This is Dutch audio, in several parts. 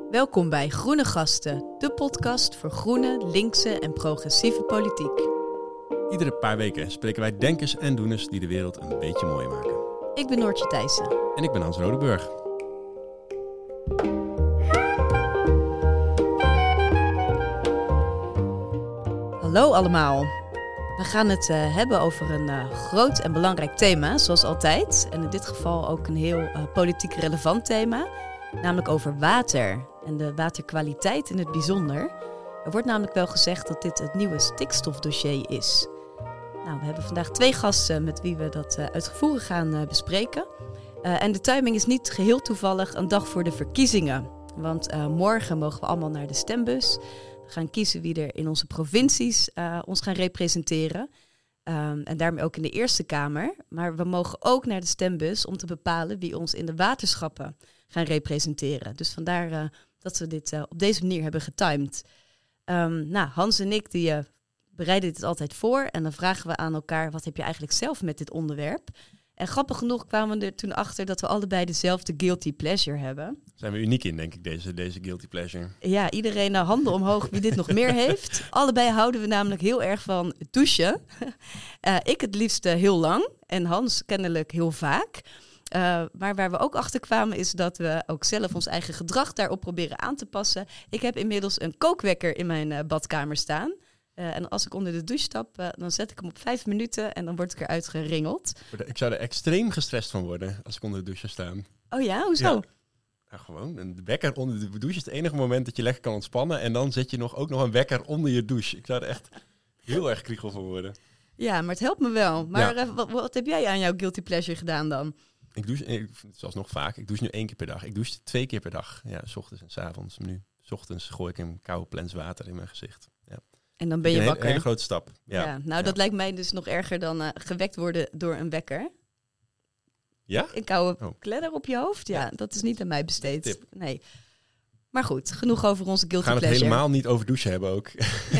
Welkom bij Groene Gasten, de podcast voor groene, linkse en progressieve politiek. Iedere paar weken spreken wij denkers en doeners die de wereld een beetje mooier maken. Ik ben Noortje Thijssen. En ik ben Hans Rodeburg. Hallo allemaal. We gaan het hebben over een groot en belangrijk thema, zoals altijd. En in dit geval ook een heel politiek relevant thema. Namelijk over water en de waterkwaliteit in het bijzonder. Er wordt namelijk wel gezegd dat dit het nieuwe stikstofdossier is. Nou, we hebben vandaag 2 gasten met wie we dat uitgevoerig gaan bespreken. En de timing is niet geheel toevallig een dag voor de verkiezingen. Want morgen mogen we allemaal naar de stembus. We gaan kiezen wie er in onze provincies ons gaan representeren. En daarmee ook in de Eerste Kamer. Maar we mogen ook naar de stembus om te bepalen wie ons in de waterschappen gaan representeren. Dus vandaar dat we dit op deze manier hebben getimed. Hans en ik die bereiden dit altijd voor. En dan vragen we aan elkaar, wat heb je eigenlijk zelf met dit onderwerp? En grappig genoeg kwamen we er toen achter dat we allebei dezelfde guilty pleasure hebben. Zijn we uniek in, denk ik, deze guilty pleasure. Ja, iedereen handen omhoog wie dit nog meer heeft. Allebei houden we namelijk heel erg van douchen. Ik het liefst heel lang en Hans kennelijk heel vaak. Maar waar we ook achter kwamen is dat we ook zelf ons eigen gedrag daarop proberen aan te passen. Ik heb inmiddels een kookwekker in mijn badkamer staan. En als ik onder de douche stap, dan zet ik hem op 5 minuten en dan word ik eruit geringeld. Ik zou er extreem gestrest van worden als ik onder de douche zou staan. Oh ja, hoezo? Ja. Nou, gewoon, een wekker onder de douche is het enige moment dat je lekker kan ontspannen. En dan zet je ook nog een wekker onder je douche. Ik zou er echt heel erg kriegel van worden. Ja, maar het helpt me wel. Maar wat heb jij aan jouw guilty pleasure gedaan dan? Ik douche, zoals nog vaak, ik douche nu 1 keer per dag. Ik douche 2 keer per dag. Ja, 's ochtends en 's avonds. Nu, 's ochtends gooi ik een koude plens water in mijn gezicht. Ja. En dan ben je wakker. Een hele grote stap. Ja. Dat lijkt mij dus nog erger dan gewekt worden door een wekker. Ja? Een koude kledder op je hoofd? Ja, dat is niet aan mij besteed. Tip. Nee. Maar goed, genoeg over onze guilty pleasure. We gaan het helemaal niet over douchen hebben ook.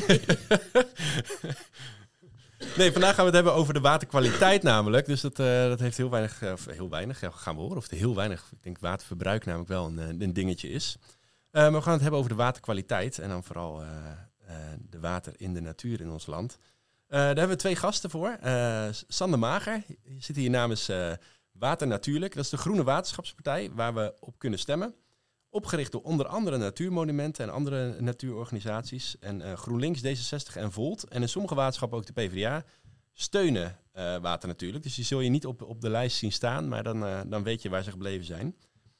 Nee, vandaag gaan we het hebben over de waterkwaliteit namelijk. Dus dat heeft heel weinig, gaan we horen. Of heel weinig, ik denk waterverbruik namelijk wel een dingetje is. Maar we gaan het hebben over de waterkwaliteit. En dan vooral de water in de natuur in ons land. Daar hebben we 2 gasten voor. Sander Mager, je zit hier namens Water Natuurlijk. Dat is de Groene Waterschapspartij waar we op kunnen stemmen. Opgericht door onder andere natuurmonumenten en andere natuurorganisaties. En GroenLinks, D66 en Volt. En in sommige waterschappen ook de PvdA steunen Water Natuurlijk. Dus die zul je niet op de lijst zien staan, maar dan weet je waar ze gebleven zijn.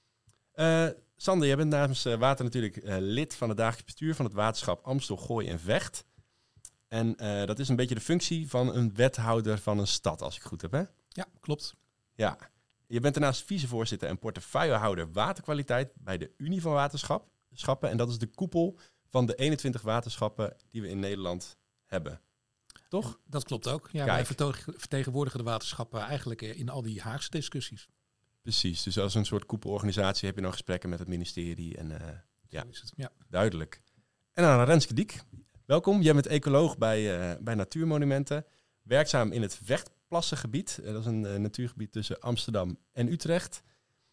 Sander, jij bent namens Water Natuurlijk lid van het dagelijks bestuur van het waterschap Amstel, Gooi en Vecht. En dat is een beetje de functie van een wethouder van een stad, als ik het goed heb, hè? Ja, klopt. Ja. Je bent daarnaast vicevoorzitter en portefeuillehouder waterkwaliteit bij de Unie van Waterschappen. En dat is de koepel van de 21 waterschappen die we in Nederland hebben. Toch? Dat klopt ook. Ja, wij vertegenwoordigen de waterschappen eigenlijk in al die Haagse discussies. Precies. Dus als een soort koepelorganisatie heb je nog gesprekken met het ministerie. En Is het. Ja. Duidelijk. En dan Renske Diek. Welkom. Jij bent ecoloog bij Natuurmonumenten. Werkzaam in het Vechtplassengebied. Dat is een natuurgebied tussen Amsterdam en Utrecht.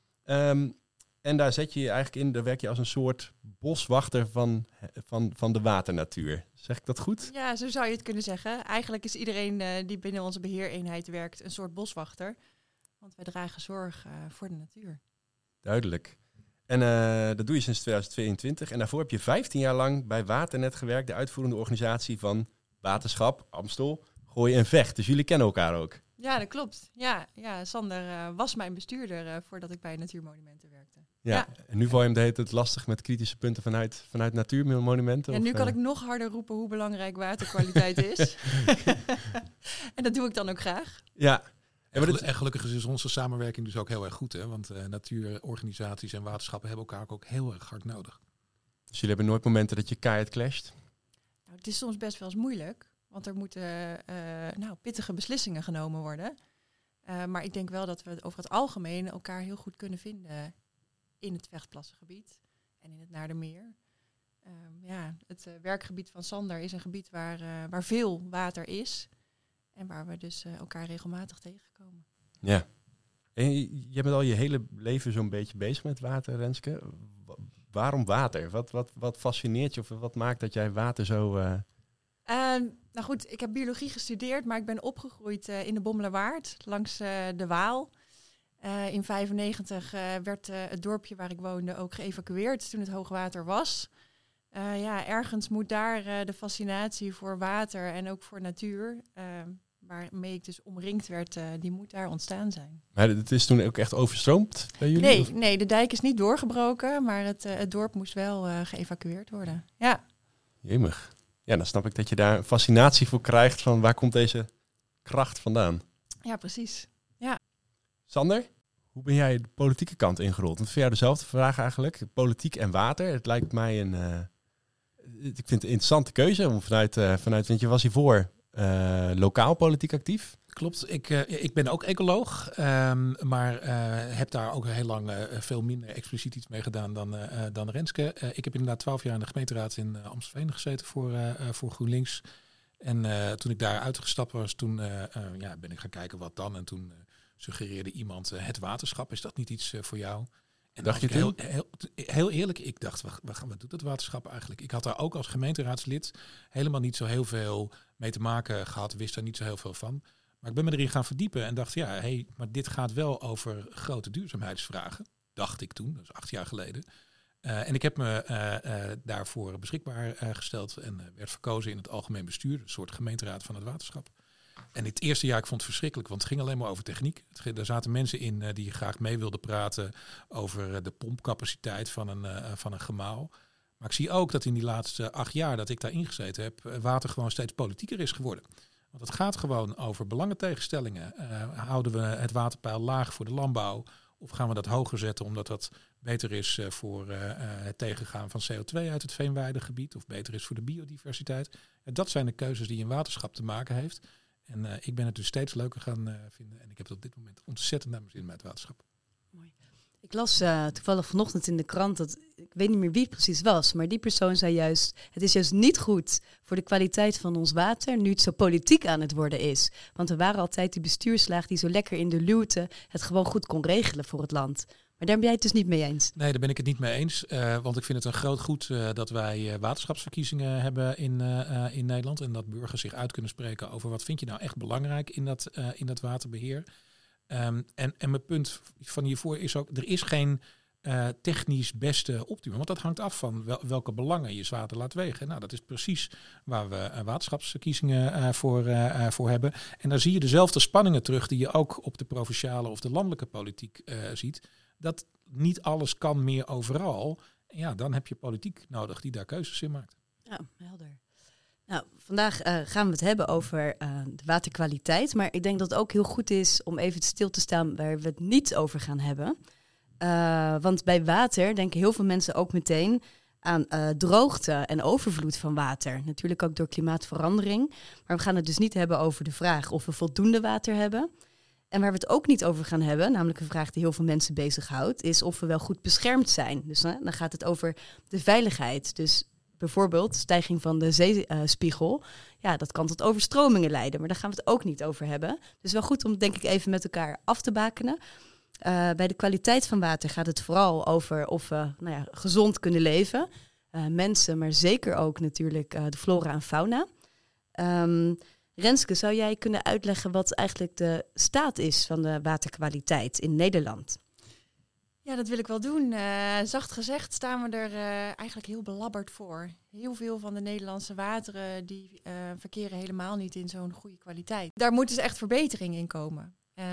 En daar zet je je eigenlijk in, daar werk je als een soort boswachter van de waternatuur. Zeg ik dat goed? Ja, zo zou je het kunnen zeggen. Eigenlijk is iedereen die binnen onze beheereenheid werkt een soort boswachter. Want wij dragen zorg voor de natuur. Duidelijk. En dat doe je sinds 2022. En daarvoor heb je 15 jaar lang bij Waternet gewerkt, de uitvoerende organisatie van Waterschap, Amstel, Gooi en Vecht. Dus jullie kennen elkaar ook. Ja, dat klopt. Ja, Sander was mijn bestuurder voordat ik bij Natuurmonumenten werkte. Ja. En nu val je hem de hele tijd lastig met kritische punten vanuit Natuurmonumenten? En nu kan ik nog harder roepen hoe belangrijk waterkwaliteit is. En dat doe ik dan ook graag. Ja. En gelukkig is onze samenwerking dus ook heel erg goed. Hè? Want natuurorganisaties en waterschappen hebben elkaar ook heel erg hard nodig. Dus jullie hebben nooit momenten dat je keihard clasht? Nou, het is soms best wel eens moeilijk. Want er moeten pittige beslissingen genomen worden. Maar ik denk wel dat we over het algemeen elkaar heel goed kunnen vinden in het Vechtplassengebied en in het Naardermeer. Het werkgebied van Sander is een gebied waar veel water is. En waar we dus elkaar regelmatig tegenkomen. Ja. En je bent al je hele leven zo'n beetje bezig met water, Renske. Waarom water? Wat fascineert je of wat maakt dat jij water zo... Nou goed, ik heb biologie gestudeerd, maar ik ben opgegroeid in de Bommelerwaard, langs de Waal. In 1995 werd het dorpje waar ik woonde ook geëvacueerd toen het hoogwater was. Ergens moet daar de fascinatie voor water en ook voor natuur, waarmee ik dus omringd werd, die moet daar ontstaan zijn. Maar het is toen ook echt overstroomd bij jullie? Nee, de dijk is niet doorgebroken, maar het dorp moest wel geëvacueerd worden. Ja. Jemig. Ja, dan snap ik dat je daar een fascinatie voor krijgt van waar komt deze kracht vandaan? Ja, precies. Sander, hoe ben jij de politieke kant ingerold? Want voor jou dezelfde vraag eigenlijk. Politiek en water. Het lijkt mij ik vind het een interessante keuze om vanuit want je was hiervoor lokaal politiek actief. Klopt, ik ben ook ecoloog, maar heb daar ook heel lang veel minder expliciet iets mee gedaan dan Renske. Ik heb inderdaad 12 jaar in de gemeenteraad in Amstelveen gezeten voor GroenLinks. En toen ik daar uitgestapt was, toen ben ik gaan kijken wat dan. En toen suggereerde iemand, het waterschap, is dat niet iets voor jou? En dacht je toen? Heel eerlijk, ik dacht, wat doet dat waterschap eigenlijk? Ik had daar ook als gemeenteraadslid helemaal niet zo heel veel mee te maken gehad, wist daar niet zo heel veel van. Maar ik ben me erin gaan verdiepen en dacht, maar dit gaat wel over grote duurzaamheidsvragen. Dacht ik toen, dat is 8 jaar geleden. En ik heb me daarvoor beschikbaar gesteld en werd verkozen in het algemeen bestuur, een soort gemeenteraad van het waterschap. En het eerste jaar, ik vond het verschrikkelijk, want het ging alleen maar over techniek. Er zaten mensen in die graag mee wilden praten over de pompcapaciteit van een gemaal. Maar ik zie ook dat in die laatste 8 jaar dat ik daarin gezeten heb, water gewoon steeds politieker is geworden. Want het gaat gewoon over belangentegenstellingen. Houden we het waterpeil laag voor de landbouw? Of gaan we dat hoger zetten omdat dat beter is voor het tegengaan van CO2 uit het veenweidegebied? Of beter is voor de biodiversiteit? Dat zijn de keuzes die een waterschap te maken heeft. En ik ben het dus steeds leuker gaan vinden. En ik heb het op dit moment ontzettend naar mijn zin met het waterschap. Mooi. Ik las toevallig vanochtend in de krant dat, ik weet niet meer wie het precies was, maar die persoon zei juist, het is juist niet goed voor de kwaliteit van ons water, nu het zo politiek aan het worden is. Want we waren altijd die bestuurslaag die zo lekker in de luwte het gewoon goed kon regelen voor het land. Maar daar ben jij het dus niet mee eens? Nee, daar ben ik het niet mee eens. Want ik vind het een groot goed dat wij waterschapsverkiezingen hebben in Nederland. En dat burgers zich uit kunnen spreken over wat vind je nou echt belangrijk in dat waterbeheer. En mijn punt van hiervoor is ook, er is geen technisch beste optimum. Want dat hangt af van welke belangen je water laat wegen. Nou, dat is precies waar we waterschapsverkiezingen voor hebben. En daar zie je dezelfde spanningen terug die je ook op de provinciale of de landelijke politiek ziet. Dat niet alles kan meer overal. Ja, dan heb je politiek nodig die daar keuzes in maakt. Ja, helder. Nou, vandaag gaan we het hebben over de waterkwaliteit. Maar ik denk dat het ook heel goed is om even stil te staan waar we het niet over gaan hebben. Want bij water denken heel veel mensen ook meteen aan droogte en overvloed van water. Natuurlijk ook door klimaatverandering. Maar we gaan het dus niet hebben over de vraag of we voldoende water hebben. En waar we het ook niet over gaan hebben, namelijk een vraag die heel veel mensen bezighoudt, is of we wel goed beschermd zijn. Dus dan gaat het over de veiligheid. Dus bijvoorbeeld stijging van de zeespiegel. Ja, dat kan tot overstromingen leiden, maar daar gaan we het ook niet over hebben. Dus wel goed om denk ik even met elkaar af te bakenen. Bij de kwaliteit van water gaat het vooral over of we gezond kunnen leven. Mensen, maar zeker ook natuurlijk de flora en fauna. Renske, zou jij kunnen uitleggen wat eigenlijk de staat is van de waterkwaliteit in Nederland? Ja, dat wil ik wel doen. Zacht gezegd staan we er eigenlijk heel belabberd voor. Heel veel van de Nederlandse wateren die verkeren helemaal niet in zo'n goede kwaliteit. Daar moet dus echt verbetering in komen.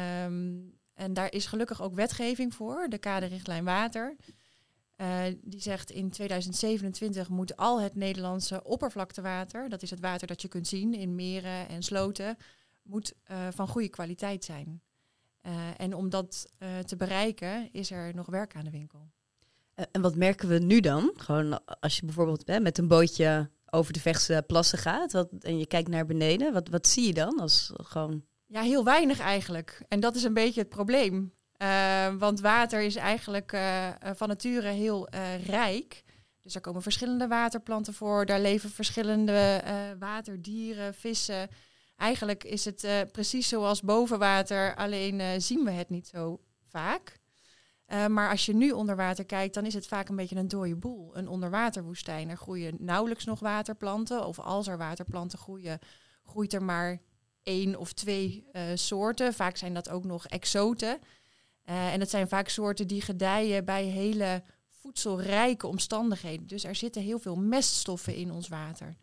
En daar is gelukkig ook wetgeving voor, de kaderrichtlijn water. Die zegt in 2027 moet al het Nederlandse oppervlaktewater, dat is het water dat je kunt zien in meren en sloten, moet van goede kwaliteit zijn. En om dat te bereiken is er nog werk aan de winkel. En wat merken we nu dan? Gewoon als je bijvoorbeeld met een bootje over de Vechtse plassen gaat en je kijkt naar beneden, wat zie je dan? Als gewoon... Ja, heel weinig eigenlijk. En dat is een beetje het probleem. Want water is eigenlijk van nature heel rijk. Dus er komen verschillende waterplanten voor. Daar leven verschillende waterdieren, vissen. Eigenlijk is het precies zoals boven water, alleen zien we het niet zo vaak. Maar als je nu onder water kijkt, dan is het vaak een beetje een dode boel. Een onderwaterwoestijn. Er groeien nauwelijks nog waterplanten. Of als er waterplanten groeien, groeit er maar 1 of 2 soorten. Vaak zijn dat ook nog exoten. En dat zijn vaak soorten die gedijen bij hele voedselrijke omstandigheden. Dus er zitten heel veel meststoffen in ons water.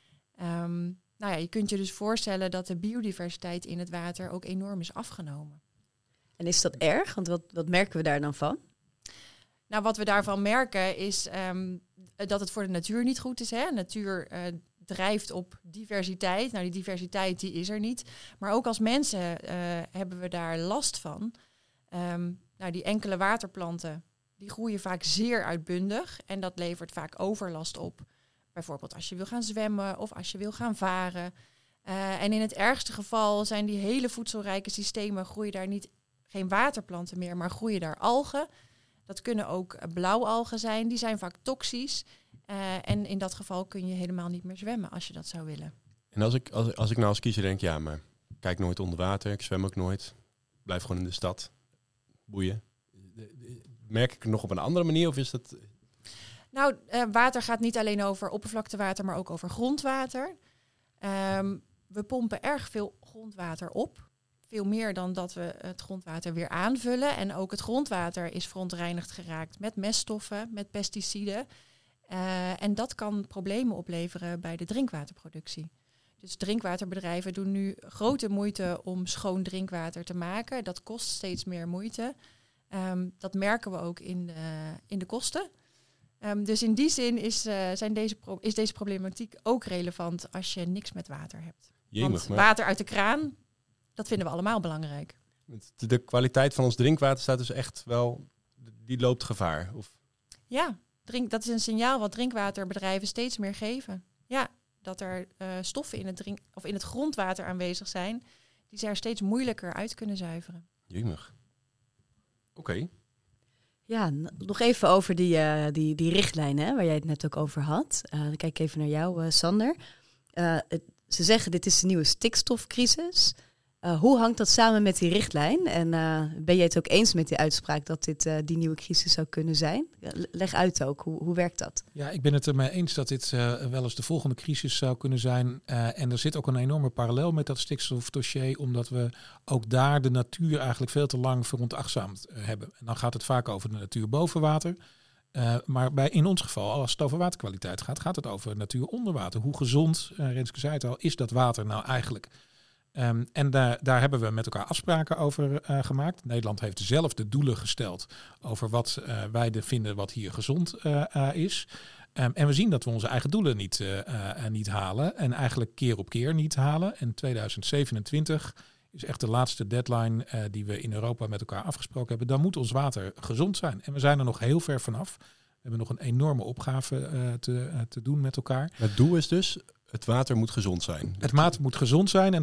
Je kunt je dus voorstellen dat de biodiversiteit in het water ook enorm is afgenomen. En is dat erg? Want wat merken we daar dan van? Nou, wat we daarvan merken is dat het voor de natuur niet goed is. Hè? Natuur drijft op diversiteit. Nou, die diversiteit die is er niet. Maar ook als mensen hebben we daar last van. Die enkele waterplanten, die groeien vaak zeer uitbundig. En dat levert vaak overlast op. Bijvoorbeeld als je wil gaan zwemmen of als je wil gaan varen. En in het ergste geval zijn die hele voedselrijke systemen, groeien daar geen waterplanten meer, maar groeien daar algen. Dat kunnen ook blauwalgen zijn, die zijn vaak toxisch. En in dat geval kun je helemaal niet meer zwemmen als je dat zou willen. En als ik nou als kiezer denk, ja, maar ik kijk nooit onder water, ik zwem ook nooit, blijf gewoon in de stad, boeien. Merk ik het nog op een andere manier of is dat... Nou, water gaat niet alleen over oppervlaktewater, maar ook over grondwater. We pompen erg veel grondwater op. Veel meer dan dat we het grondwater weer aanvullen. En ook het grondwater is verontreinigd geraakt met meststoffen, met pesticiden. En dat kan problemen opleveren bij de drinkwaterproductie. Dus drinkwaterbedrijven doen nu grote moeite om schoon drinkwater te maken. Dat kost steeds meer moeite. Dat merken we ook in de kosten. Dus in die zin is deze problematiek ook relevant als je niks met water hebt. Want water uit de kraan, dat vinden we allemaal belangrijk. De kwaliteit van ons drinkwater staat dus echt wel, die loopt gevaar? Of? Ja, dat is een signaal wat drinkwaterbedrijven steeds meer geven. Ja, dat er stoffen in het grondwater aanwezig zijn die ze er steeds moeilijker uit kunnen zuiveren. Jemig. Oké. Ja, nog even over die richtlijn waar jij het net ook over had. Dan kijk ik even naar jou, Sander. Ze zeggen dit is de nieuwe stikstofcrisis. Hoe hangt dat samen met die richtlijn? En ben jij het ook eens met die uitspraak dat dit die nieuwe crisis zou kunnen zijn? Leg uit ook, hoe werkt dat? Ja, ik ben het ermee eens dat dit wel eens de volgende crisis zou kunnen zijn. En er zit ook een enorme parallel met dat stikstofdossier, omdat we ook daar de natuur eigenlijk veel te lang veronachtzaamd hebben. En dan gaat het vaak over de natuur boven water. Maar in ons geval, als het over waterkwaliteit gaat het over natuur onder water. Hoe gezond, Renske zei het al, is dat water nou eigenlijk? En daar hebben we met elkaar afspraken over gemaakt. Nederland heeft zelf de doelen gesteld over wat wij vinden wat hier gezond is. En we zien dat we onze eigen doelen niet halen. En eigenlijk keer op keer niet halen. En 2027 is echt de laatste deadline die we in Europa met elkaar afgesproken hebben. Dan moet ons water gezond zijn. En we zijn er nog heel ver vanaf. We hebben nog een enorme opgave te doen met elkaar. Het doel is dus, het water moet gezond zijn. Het water moet gezond zijn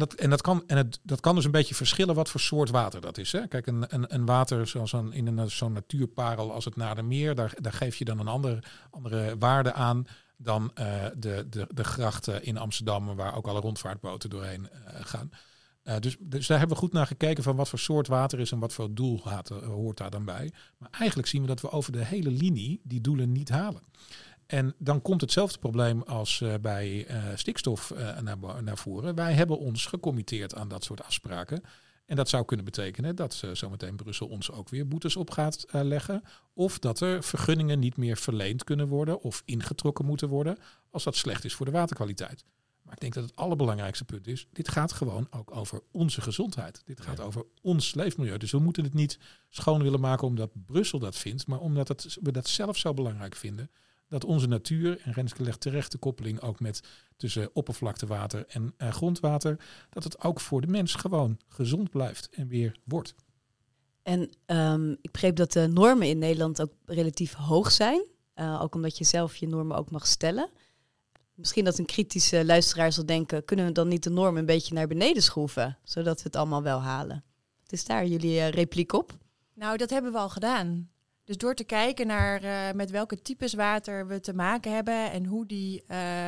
dat kan dus een beetje verschillen wat voor soort water dat is. Hè? Kijk, een water zoals zo'n natuurparel als het Nadermeer, daar geef je dan een andere waarde aan dan de grachten in Amsterdam, waar ook alle rondvaartboten doorheen gaan. Dus daar hebben we goed naar gekeken van wat voor soort water is en wat voor doel hoort daar dan bij. Maar eigenlijk zien we dat we over de hele linie die doelen niet halen. En dan komt hetzelfde probleem als bij stikstof naar voren. Wij hebben ons gecommitteerd aan dat soort afspraken. En dat zou kunnen betekenen dat zometeen Brussel ons ook weer boetes op gaat leggen. Of dat er vergunningen niet meer verleend kunnen worden of ingetrokken moeten worden als dat slecht is voor de waterkwaliteit. Maar ik denk dat het allerbelangrijkste punt is, dit gaat gewoon ook over onze gezondheid. Dit gaat over ons leefmilieu. Dus we moeten het niet schoon willen maken omdat Brussel dat vindt, maar omdat we dat zelf zo belangrijk vinden. Dat onze natuur, en Renske legt terecht de koppeling ook met tussen oppervlaktewater en grondwater, dat het ook voor de mens gewoon gezond blijft en weer wordt. En ik begreep dat de normen in Nederland ook relatief hoog zijn. Ook omdat je zelf je normen ook mag stellen. Misschien dat een kritische luisteraar zal denken, kunnen we dan niet de normen een beetje naar beneden schroeven, zodat we het allemaal wel halen? Wat is daar jullie repliek op? Nou, dat hebben we al gedaan. Dus door te kijken naar met welke types water we te maken hebben en hoe die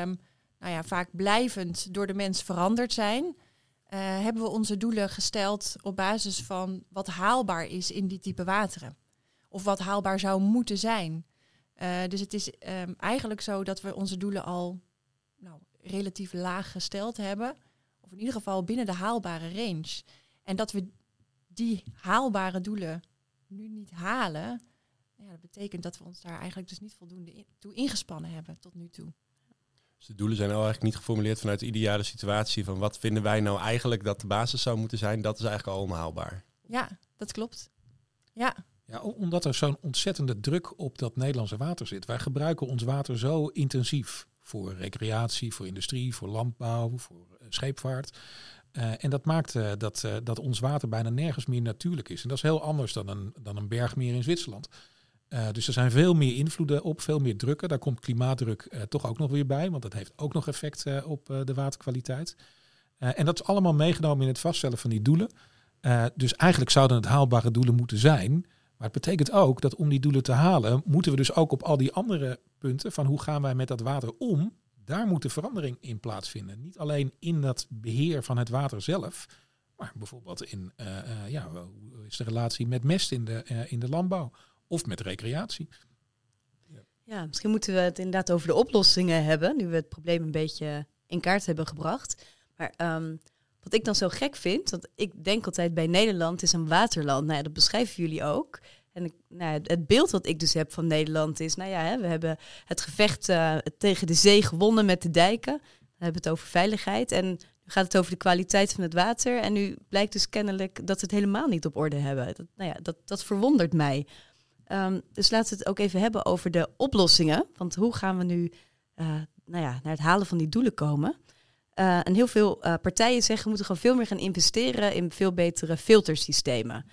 vaak blijvend door de mens veranderd zijn, hebben we onze doelen gesteld op basis van wat haalbaar is in die type wateren. of wat haalbaar zou moeten zijn. Dus het is eigenlijk zo dat we onze doelen al relatief laag gesteld hebben. Of in ieder geval binnen de haalbare range. En dat we die haalbare doelen nu niet halen, dat betekent dat we ons daar eigenlijk dus niet voldoende toe ingespannen hebben tot nu toe. Dus de doelen zijn al eigenlijk niet geformuleerd vanuit de ideale situatie van wat vinden wij nou eigenlijk dat de basis zou moeten zijn. Dat is eigenlijk al onhaalbaar. Ja, dat klopt. Ja. Ja, omdat er zo'n ontzettende druk op dat Nederlandse water zit. Wij gebruiken ons water zo intensief voor recreatie, voor industrie, voor landbouw, voor scheepvaart. En dat maakt dat ons water bijna nergens meer natuurlijk is. En dat is heel anders dan een bergmeer in Zwitserland. Dus er zijn veel meer invloeden op, veel meer drukken. Daar komt klimaatdruk toch ook nog weer bij, want dat heeft ook nog effect op de waterkwaliteit. En dat is allemaal meegenomen in het vaststellen van die doelen. Dus eigenlijk zouden het haalbare doelen moeten zijn. Maar het betekent ook dat om die doelen te halen, moeten we dus ook op al die andere punten van hoe gaan wij met dat water om, daar moet de verandering in plaatsvinden. Niet alleen in dat beheer van het water zelf, maar bijvoorbeeld in hoe is de relatie met mest in de landbouw of met recreatie. Ja, misschien moeten we het inderdaad over de oplossingen hebben, nu we het probleem een beetje in kaart hebben gebracht. Maar wat ik dan zo gek vind, want ik denk altijd bij Nederland is een waterland. Nou ja, dat beschrijven jullie ook. En het beeld wat ik dus heb van Nederland is, we hebben het gevecht tegen de zee gewonnen met de dijken. Dan hebben we het over veiligheid. En nu gaat het over de kwaliteit van het water. En nu blijkt dus kennelijk dat we het helemaal niet op orde hebben. Dat verwondert mij. Dus laten we het ook even hebben over de oplossingen. Want hoe gaan we nu naar het halen van die doelen komen? En heel veel partijen zeggen we moeten gewoon veel meer gaan investeren in veel betere filtersystemen.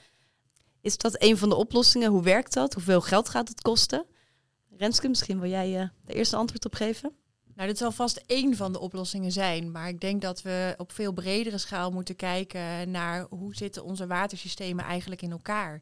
Is dat een van de oplossingen? Hoe werkt dat? Hoeveel geld gaat het kosten? Renske, misschien wil jij de eerste antwoord op geven? Nou, dit zal vast één van de oplossingen zijn. Maar ik denk dat we op veel bredere schaal moeten kijken naar hoe zitten onze watersystemen eigenlijk in elkaar.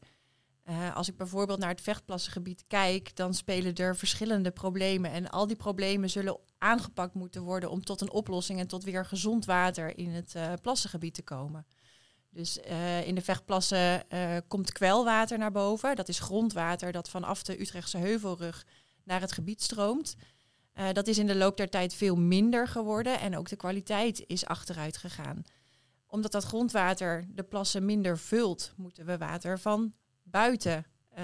Als ik bijvoorbeeld naar het Vechtplassengebied kijk, dan spelen er verschillende problemen. En al die problemen zullen aangepakt moeten worden om tot een oplossing en tot weer gezond water in het plassengebied te komen. Dus in de Vechtplassen komt kwelwater naar boven. Dat is grondwater dat vanaf de Utrechtse Heuvelrug naar het gebied stroomt. Dat is in de loop der tijd veel minder geworden en ook de kwaliteit is achteruit gegaan. Omdat dat grondwater de plassen minder vult, moeten we water van buiten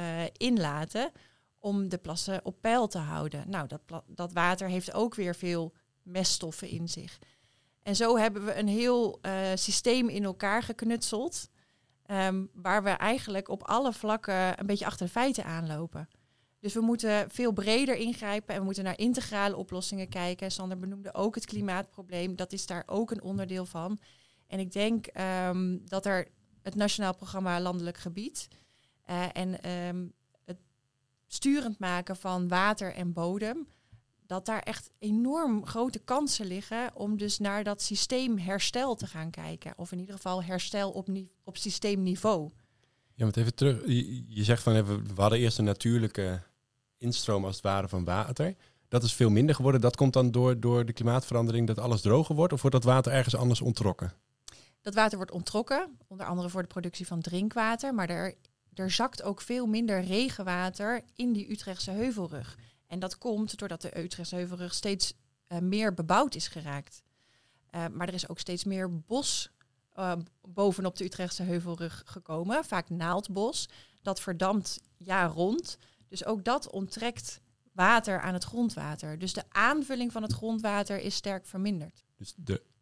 inlaten om de plassen op peil te houden. Nou, dat water heeft ook weer veel meststoffen in zich. En zo hebben we een heel systeem in elkaar geknutseld, waar we eigenlijk op alle vlakken een beetje achter de feiten aanlopen. Dus we moeten veel breder ingrijpen en we moeten naar integrale oplossingen kijken. Sander benoemde ook het klimaatprobleem, dat is daar ook een onderdeel van. En ik denk dat er het Nationaal Programma Landelijk Gebied en het sturend maken van water en bodem, dat daar echt enorm grote kansen liggen om dus naar dat systeemherstel te gaan kijken. Of in ieder geval herstel op systeemniveau. Ja, maar even terug. Je zegt van we hadden eerst een natuurlijke instroom als het ware van water. Dat is veel minder geworden. Dat komt dan door de klimaatverandering dat alles droger wordt? Of wordt dat water ergens anders onttrokken? Dat water wordt onttrokken, onder andere voor de productie van drinkwater. Maar er zakt ook veel minder regenwater in die Utrechtse Heuvelrug. En dat komt doordat de Utrechtse Heuvelrug steeds meer bebouwd is geraakt. Maar er is ook steeds meer bos bovenop de Utrechtse Heuvelrug gekomen. Vaak naaldbos. Dat verdampt jaar rond. Dus ook dat onttrekt water aan het grondwater. Dus de aanvulling van het grondwater is sterk verminderd. Dus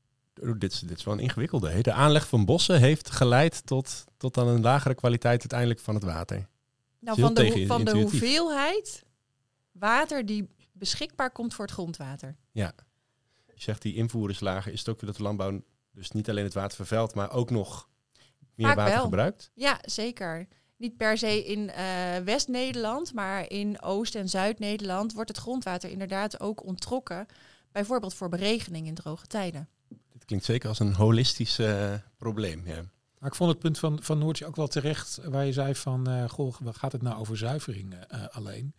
dit is wel een ingewikkelde. Hè? De aanleg van bossen heeft geleid tot dan een lagere kwaliteit uiteindelijk van het water. Nou, van de hoeveelheid water die beschikbaar komt voor het grondwater. Ja. Je zegt die invoer is lager. Is het ook dat de landbouw dus niet alleen het water vervuilt, maar ook nog meer Vaak water wel gebruikt? Ja, zeker. Niet per se in West-Nederland, maar in Oost- en Zuid-Nederland wordt het grondwater inderdaad ook onttrokken. Bijvoorbeeld voor beregening in droge tijden. Dit klinkt zeker als een holistisch probleem. Ja. Maar ik vond het punt van Noortje ook wel terecht, waar je zei van, gaat het nou over zuivering alleen?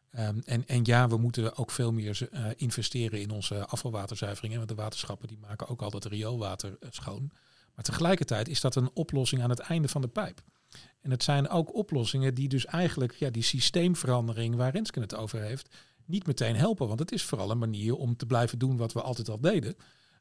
En ja, we moeten ook veel meer investeren in onze afvalwaterzuivering. Want de waterschappen die maken ook al dat rioolwater schoon. Maar tegelijkertijd is dat een oplossing aan het einde van de pijp. En het zijn ook oplossingen die dus eigenlijk die systeemverandering waar Renske het over heeft, niet meteen helpen. Want het is vooral een manier om te blijven doen wat we altijd al deden.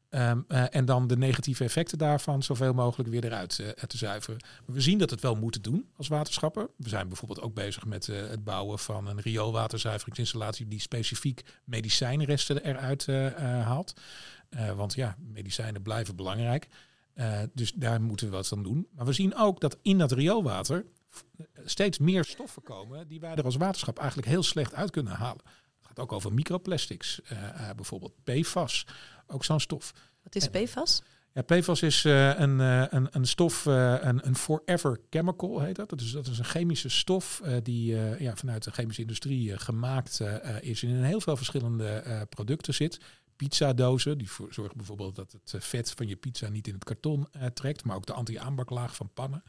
En dan de negatieve effecten daarvan zoveel mogelijk weer eruit te zuiveren. Maar we zien dat het wel moeten doen als waterschappen. We zijn bijvoorbeeld ook bezig met het bouwen van een rioolwaterzuiveringsinstallatie die specifiek medicijnresten eruit haalt. Want medicijnen blijven belangrijk. Dus daar moeten we wat aan doen. Maar we zien ook dat in dat rioolwater steeds meer stoffen komen die wij er als waterschap eigenlijk heel slecht uit kunnen halen. Het gaat ook over microplastics, bijvoorbeeld PFAS, ook zo'n stof. Wat is PFAS? Ja, PFAS is een stof, een forever chemical heet dat. Dat is een chemische stof die vanuit de chemische industrie gemaakt is en in heel veel verschillende producten zit. Pizzadozen, die zorgen bijvoorbeeld dat het vet van je pizza niet in het karton trekt, maar ook de anti-aanbaklaag van pannen.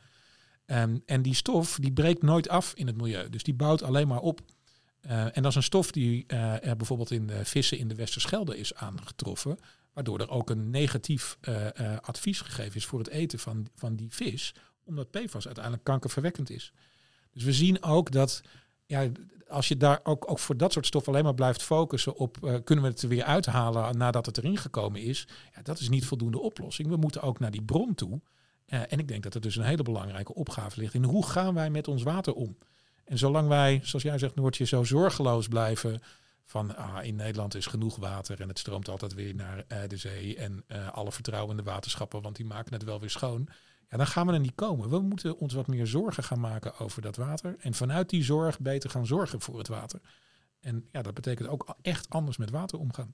En die stof die breekt nooit af in het milieu, dus die bouwt alleen maar op. En dat is een stof die bijvoorbeeld in de vissen in de Westerschelde is aangetroffen, waardoor er ook een negatief advies gegeven is voor het eten van die vis, omdat PFAS uiteindelijk kankerverwekkend is. Dus we zien ook dat als je daar ook voor dat soort stoffen alleen maar blijft focussen op kunnen we het er weer uithalen nadat het erin gekomen is, dat is niet voldoende oplossing. We moeten ook naar die bron toe. En ik denk dat er dus een hele belangrijke opgave ligt in hoe gaan wij met ons water om. En zolang wij, zoals jij zegt Noortje, zo zorgeloos blijven van in Nederland is genoeg water en het stroomt altijd weer naar de zee en alle vertrouwen in de waterschappen, want die maken het wel weer schoon. Ja, dan gaan we er niet komen. We moeten ons wat meer zorgen gaan maken over dat water. En vanuit die zorg beter gaan zorgen voor het water. En dat betekent ook echt anders met water omgaan.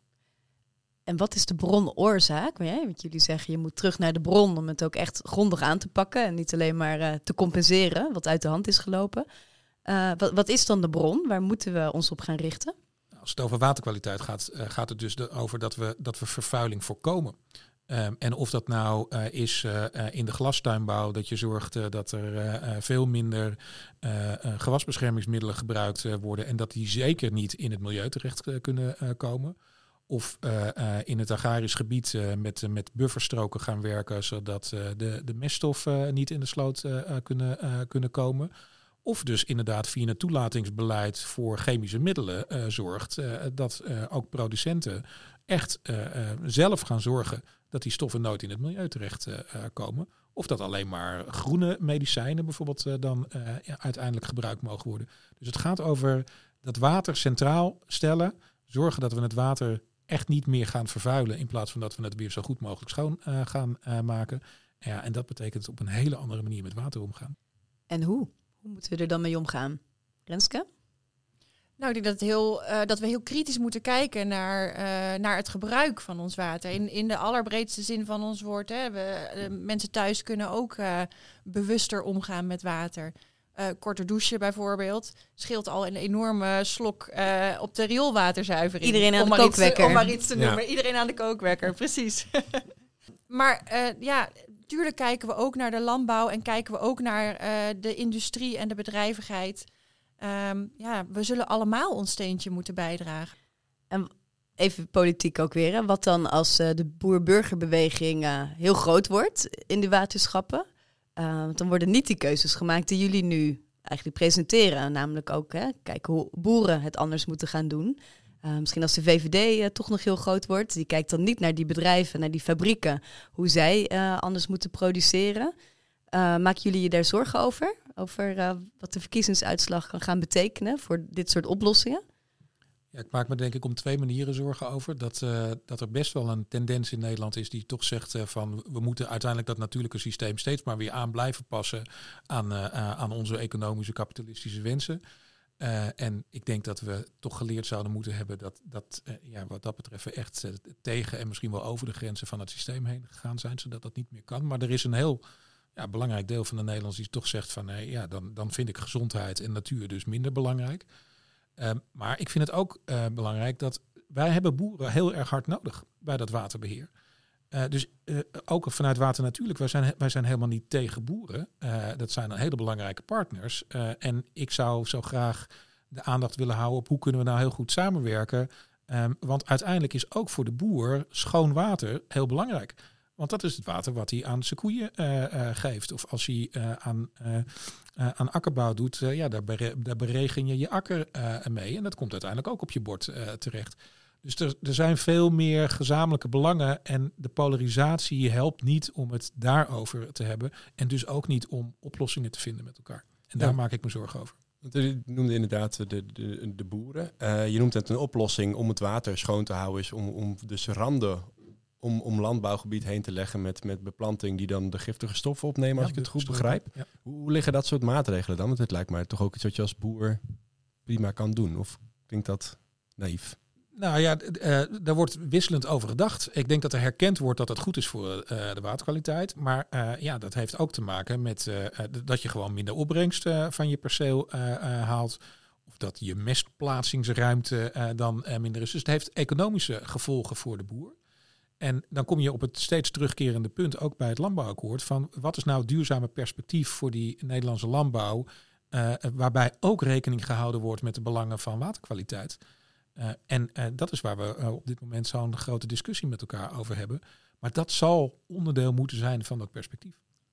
En wat is de bronoorzaak? Want jullie zeggen je moet terug naar de bron om het ook echt grondig aan te pakken. En niet alleen maar te compenseren wat uit de hand is gelopen. Wat is dan de bron? Waar moeten we ons op gaan richten? Als het over waterkwaliteit gaat het dus over dat we vervuiling voorkomen. En of dat nou is in de glastuinbouw, dat je zorgt dat er veel minder gewasbeschermingsmiddelen gebruikt worden en dat die zeker niet in het milieu terecht kunnen komen. Of in het agrarisch gebied met bufferstroken gaan werken, zodat de meststoffen niet in de sloot kunnen komen. Of dus inderdaad via een toelatingsbeleid voor chemische middelen zorgt dat ook producenten echt zelf gaan zorgen dat die stoffen nooit in het milieu terecht komen. Of dat alleen maar groene medicijnen bijvoorbeeld dan uiteindelijk gebruikt mogen worden. Dus het gaat over dat water centraal stellen. Zorgen dat we het water echt niet meer gaan vervuilen in plaats van dat we het weer zo goed mogelijk schoon gaan maken. En dat betekent op een hele andere manier met water omgaan. En hoe? Hoe moeten we er dan mee omgaan? Renske? Nou, ik denk dat we heel kritisch moeten kijken naar het gebruik van ons water. In de allerbreedste zin van ons woord. Mensen thuis kunnen ook bewuster omgaan met water. Korter douchen bijvoorbeeld. Scheelt al een enorme slok op de rioolwaterzuivering. Iedereen aan de kookwekker. Om maar iets te noemen. Ja. Iedereen aan de kookwekker, precies. Maar tuurlijk kijken we ook naar de landbouw en kijken we ook naar de industrie en de bedrijvigheid. We zullen allemaal ons steentje moeten bijdragen. En even politiek ook weer. Hè? Wat dan als de boer-burgerbeweging heel groot wordt in de waterschappen? Want dan worden niet die keuzes gemaakt die jullie nu eigenlijk presenteren. Namelijk ook kijken hoe boeren het anders moeten gaan doen. Misschien als de VVD toch nog heel groot wordt. Die kijkt dan niet naar die bedrijven, naar die fabrieken. Hoe zij anders moeten produceren. Maken jullie je daar zorgen over? Over wat de verkiezingsuitslag kan gaan betekenen voor dit soort oplossingen? Ja, ik maak me denk ik om 2 manieren zorgen over. Dat er best wel een tendens in Nederland is die toch zegt van we moeten uiteindelijk dat natuurlijke systeem steeds maar weer aan blijven passen aan onze economische kapitalistische wensen. En ik denk dat we toch geleerd zouden moeten hebben dat wat dat betreft we echt tegen en misschien wel over de grenzen van het systeem heen gegaan zijn, zodat dat niet meer kan. Maar er is een heel belangrijk deel van de Nederlanders die toch zegt van dan vind ik gezondheid en natuur dus minder belangrijk. Maar ik vind het ook belangrijk dat wij hebben boeren heel erg hard nodig bij dat waterbeheer. Dus ook vanuit Water Natuurlijk, wij zijn helemaal niet tegen boeren. Dat zijn hele belangrijke partners. En ik zou zo graag de aandacht willen houden op hoe kunnen we nou heel goed samenwerken. Want uiteindelijk is ook voor de boer schoon water heel belangrijk. Want dat is het water wat hij aan zijn koeien geeft. Of als hij aan akkerbouw doet, daar beregen je akker mee. En dat komt uiteindelijk ook op je bord terecht. Dus er zijn veel meer gezamenlijke belangen. En de polarisatie helpt niet om het daarover te hebben. En dus ook niet om oplossingen te vinden met elkaar. En daar maak ik me zorgen over. Je noemde inderdaad de boeren. Je noemt het een oplossing om het water schoon te houden. Is om dus randen om landbouwgebied heen te leggen met beplanting die dan de giftige stoffen opnemen, als ik het goed begrijp. Ja. Hoe liggen dat soort maatregelen dan? Want het lijkt mij toch ook iets wat je als boer prima kan doen. Of klinkt dat naïef? Nou ja, daar wordt wisselend over gedacht. Ik denk dat er herkend wordt dat het goed is voor de waterkwaliteit. Maar dat heeft ook te maken met dat je gewoon minder opbrengst van je perceel haalt. Of dat je mestplaatsingsruimte dan minder is. Dus het heeft economische gevolgen voor de boer. En dan kom je op het steeds terugkerende punt, ook bij het landbouwakkoord, van wat is nou het duurzame perspectief voor die Nederlandse landbouw, waarbij ook rekening gehouden wordt met de belangen van waterkwaliteit. En dat is waar we op dit moment zo'n grote discussie met elkaar over hebben. Maar dat zal onderdeel moeten zijn van dat perspectief.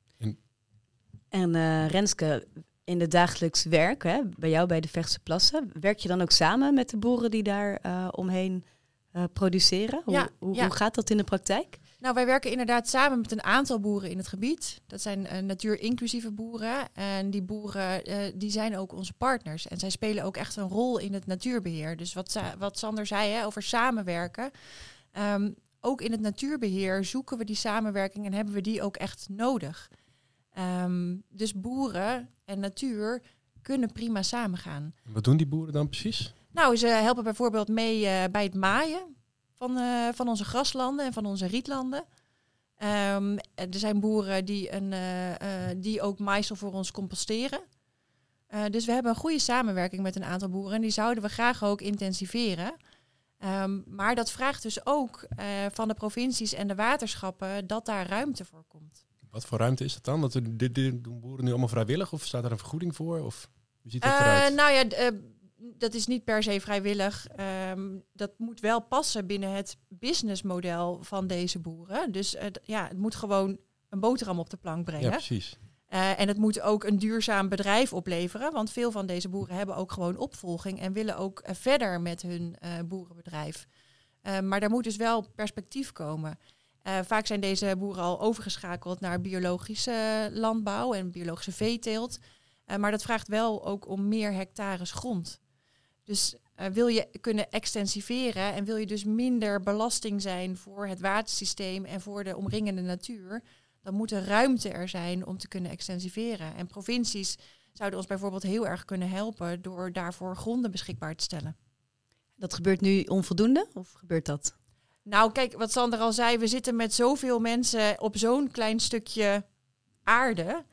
En Renske, in het dagelijks werk, hè, bij jou bij de Vechtse Plassen, werk je dan ook samen met de boeren die daar omheen produceren? Hoe gaat dat in de praktijk? Nou, wij werken inderdaad samen met een aantal boeren in het gebied. Dat zijn natuurinclusieve boeren. En die boeren die zijn ook onze partners. En zij spelen ook echt een rol in het natuurbeheer. Dus wat Sander zei over samenwerken. Ook in het natuurbeheer zoeken we die samenwerking en hebben we die ook echt nodig. Dus boeren en natuur kunnen prima samengaan. Wat doen die boeren dan precies? Nou, ze helpen bijvoorbeeld mee bij het maaien van onze graslanden en van onze rietlanden. Er zijn boeren die ook maïsel voor ons composteren. Dus we hebben een goede samenwerking met een aantal boeren en die zouden we graag ook intensiveren. Maar dat vraagt dus ook van de provincies en de waterschappen dat daar ruimte voor komt. Wat voor ruimte is dat dan? Dat dit doen boeren nu allemaal vrijwillig of staat er een vergoeding voor? Of hoe ziet dat eruit? Dat is niet per se vrijwillig. Dat moet wel passen binnen het businessmodel van deze boeren. Dus het moet gewoon een boterham op de plank brengen. Ja, precies. En het moet ook een duurzaam bedrijf opleveren. Want veel van deze boeren hebben ook gewoon opvolging en willen ook verder met hun boerenbedrijf. Maar daar moet dus wel perspectief komen. Vaak zijn deze boeren al overgeschakeld naar biologische landbouw en biologische veeteelt. Maar dat vraagt wel ook om meer hectares grond. Dus wil je kunnen extensiveren en wil je dus minder belasting zijn voor het watersysteem en voor de omringende natuur, dan moet er ruimte er zijn om te kunnen extensiveren. En provincies zouden ons bijvoorbeeld heel erg kunnen helpen door daarvoor gronden beschikbaar te stellen. Dat gebeurt nu onvoldoende of gebeurt dat? Nou, kijk, wat Sander al zei, we zitten met zoveel mensen op zo'n klein stukje aarde.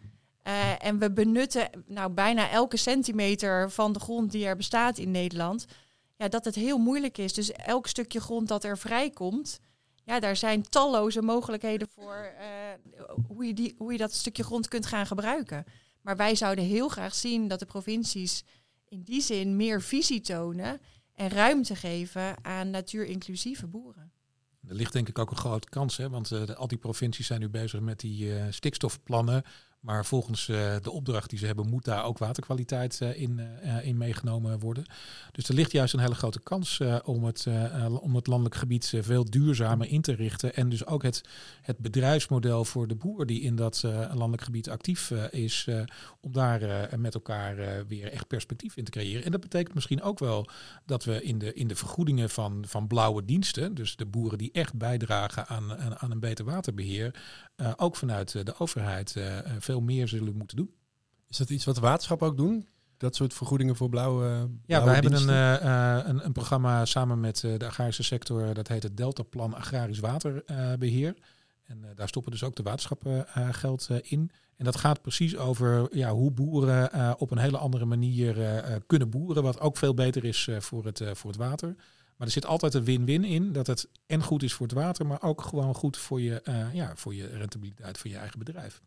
En we benutten bijna elke centimeter van de grond die er bestaat in Nederland. Ja, dat het heel moeilijk is. Dus elk stukje grond dat er vrijkomt, daar zijn talloze mogelijkheden voor hoe je dat stukje grond kunt gaan gebruiken. Maar wij zouden heel graag zien dat de provincies in die zin meer visie tonen en ruimte geven aan natuurinclusieve boeren. Er ligt denk ik ook een grote kans, hè? Want al die provincies zijn nu bezig met die stikstofplannen. Maar volgens de opdracht die ze hebben, moet daar ook waterkwaliteit in meegenomen worden. Dus er ligt juist een hele grote kans om het landelijk gebied veel duurzamer in te richten. En dus ook het bedrijfsmodel voor de boer die in dat landelijk gebied actief is, om daar met elkaar weer echt perspectief in te creëren. En dat betekent misschien ook wel dat we in de vergoedingen van blauwe diensten, dus de boeren die echt bijdragen aan een beter waterbeheer, ook vanuit de overheid veel meer zullen moeten doen. Is dat iets wat de waterschappen ook doen? Dat soort vergoedingen voor blauwe we diensten? hebben een programma samen met de agrarische sector. Dat heet het Deltaplan Agrarisch Waterbeheer. En daar stoppen dus ook de waterschappen geld in. En dat gaat precies over hoe boeren op een hele andere manier kunnen boeren. Wat ook veel beter is voor het water. Maar er zit altijd een win-win in. Dat het en goed is voor het water, maar ook gewoon goed voor je rentabiliteit, voor je eigen bedrijf.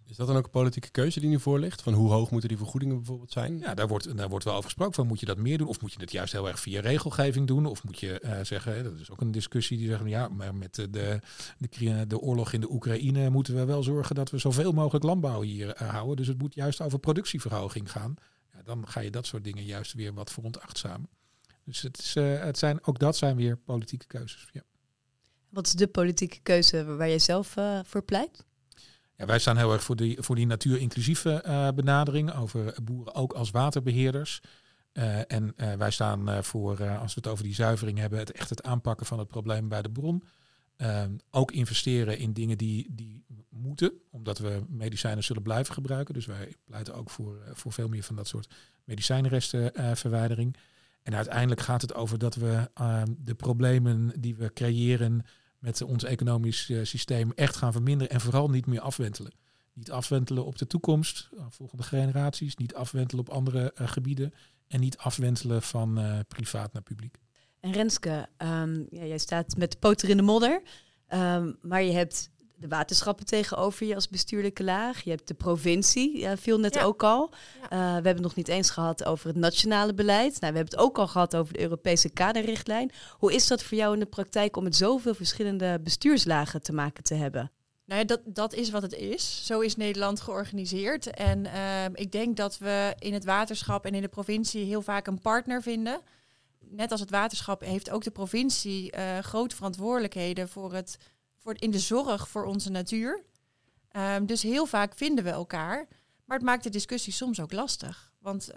Is dat dan ook een politieke keuze die nu voor ligt? Van hoe hoog moeten die vergoedingen bijvoorbeeld zijn? Ja, daar wordt wel over gesproken. Van, moet je dat meer doen? Of moet je het juist heel erg via regelgeving doen? Of moet je zeggen, dat is ook een discussie die zeggen, ja, maar met de oorlog in de Oekraïne moeten we wel zorgen dat we zoveel mogelijk landbouw hier houden. Dus het moet juist over productieverhoging gaan. Ja, dan ga je dat soort dingen juist weer wat veronachtzamen. Dus dat zijn weer politieke keuzes. Ja. Wat is de politieke keuze waar jij zelf voor pleit? Ja, wij staan heel erg voor die natuurinclusieve benadering over boeren ook als waterbeheerders. En wij staan voor, als we het over die zuivering hebben, het aanpakken van het probleem bij de bron. Ook investeren in dingen die moeten, omdat we medicijnen zullen blijven gebruiken. Dus wij pleiten ook voor veel meer van dat soort medicijnrestenverwijdering. En uiteindelijk gaat het over dat we de problemen die we creëren met ons economisch systeem echt gaan verminderen en vooral niet meer afwentelen. Niet afwentelen op de toekomst, volgende generaties, niet afwentelen op andere gebieden en niet afwentelen van privaat naar publiek. En Renske, jij staat met de poter in de modder, maar je hebt de waterschappen tegenover je als bestuurlijke laag. Je hebt de provincie, viel net ook al. Ja. We hebben het nog niet eens gehad over het nationale beleid. Nou, we hebben het ook al gehad over de Europese kaderrichtlijn. Hoe is dat voor jou in de praktijk om met zoveel verschillende bestuurslagen te maken te hebben? Nou ja, dat is wat het is. Zo is Nederland georganiseerd. En ik denk dat we in het waterschap en in de provincie heel vaak een partner vinden. Net als het waterschap heeft ook de provincie grote verantwoordelijkheden in de zorg voor onze natuur. Dus heel vaak vinden we elkaar. Maar het maakt de discussie soms ook lastig. Want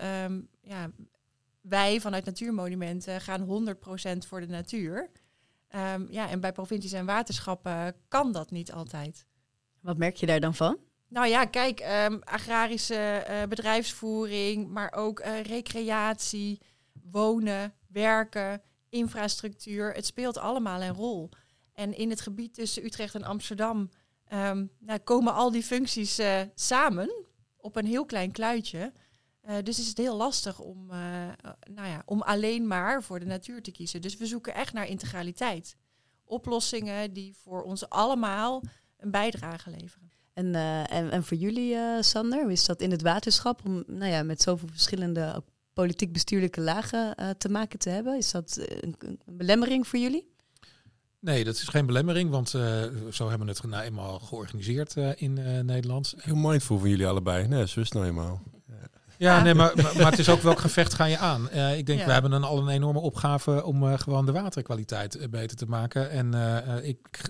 wij vanuit Natuurmonumenten gaan 100% voor de natuur. En bij provincies en waterschappen kan dat niet altijd. Wat merk je daar dan van? Nou ja, kijk, agrarische bedrijfsvoering, maar ook recreatie, wonen, werken, infrastructuur. Het speelt allemaal een rol. En in het gebied tussen Utrecht en Amsterdam komen al die functies samen op een heel klein kluitje. Dus is het heel lastig om alleen maar voor de natuur te kiezen. Dus we zoeken echt naar integraliteit. Oplossingen die voor ons allemaal een bijdrage leveren. En voor jullie, Sander, hoe is dat in het waterschap om met zoveel verschillende politiek-bestuurlijke lagen te maken te hebben? Is dat een belemmering voor jullie? Nee, dat is geen belemmering, want zo hebben we het nou eenmaal georganiseerd in Nederland. Heel mindful van jullie allebei. Nee, zo is het nou eenmaal. Ja, nee, maar het is ook welk gevecht ga je aan. Ik denk, we hebben al een enorme opgave om gewoon de waterkwaliteit beter te maken. En ik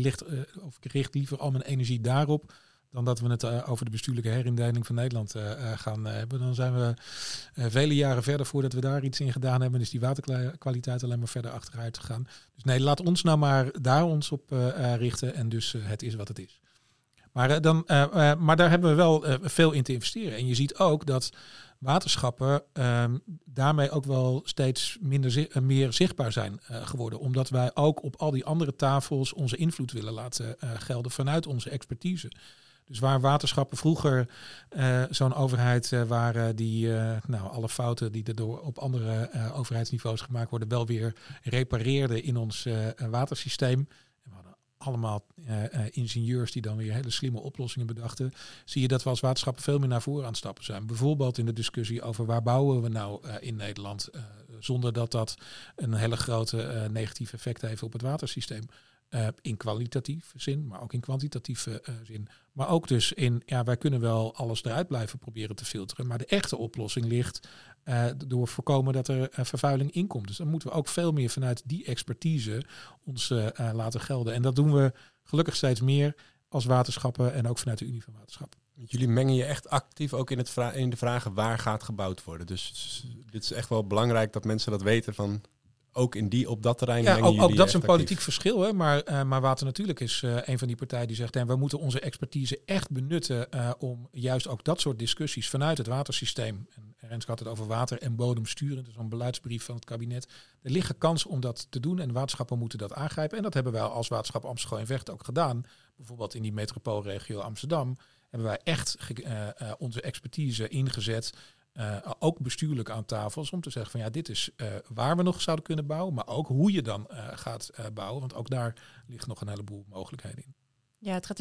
richt liever al mijn energie daarop dan dat we het over de bestuurlijke herindeling van Nederland gaan hebben. Dan zijn we vele jaren verder voordat we daar iets in gedaan hebben. Dus die waterkwaliteit alleen maar verder achteruit gegaan. Dus nee, laat ons nou maar daar ons op richten. En dus het is wat het is. Maar daar hebben we wel veel in te investeren. En je ziet ook dat waterschappen daarmee ook wel steeds meer zichtbaar zijn geworden. Omdat wij ook op al die andere tafels onze invloed willen laten gelden vanuit onze expertise. Dus waar waterschappen vroeger zo'n overheid waren die alle fouten die er op andere overheidsniveaus gemaakt worden wel weer repareerde in ons watersysteem. En we hadden allemaal ingenieurs die dan weer hele slimme oplossingen bedachten. Zie je dat we als waterschappen veel meer naar voren aan het stappen zijn. Bijvoorbeeld in de discussie over waar bouwen we nou in Nederland. Zonder dat een hele grote negatief effect heeft op het watersysteem. In kwalitatieve zin, maar ook in kwantitatieve zin. Maar ook dus in, wij kunnen wel alles eruit blijven proberen te filteren. Maar de echte oplossing ligt door voorkomen dat er vervuiling inkomt. Dus dan moeten we ook veel meer vanuit die expertise ons laten gelden. En dat doen we gelukkig steeds meer als waterschappen en ook vanuit de Unie van Waterschappen. Jullie mengen je echt actief ook in de vragen waar gaat gebouwd worden. Dus dit is echt wel belangrijk dat mensen dat weten van ook op dat terrein. Ja, ook dat is een politiek verschil. Hè? Maar Water Natuurlijk is een van die partijen die zegt, en we moeten onze expertise echt benutten om juist ook dat soort discussies vanuit het watersysteem. En Renske had het over water en bodemsturen, dus een beleidsbrief van het kabinet. Er liggen kansen om dat te doen en waterschappen moeten dat aangrijpen. En dat hebben wij als waterschap Amsterdam en Vecht ook gedaan. Bijvoorbeeld in die metropoolregio Amsterdam hebben wij echt onze expertise ingezet. Ook bestuurlijk aan tafels om te zeggen van dit is waar we nog zouden kunnen bouwen, maar ook hoe je dan gaat bouwen, want ook daar ligt nog een heleboel mogelijkheden in. Ja, het gaat dus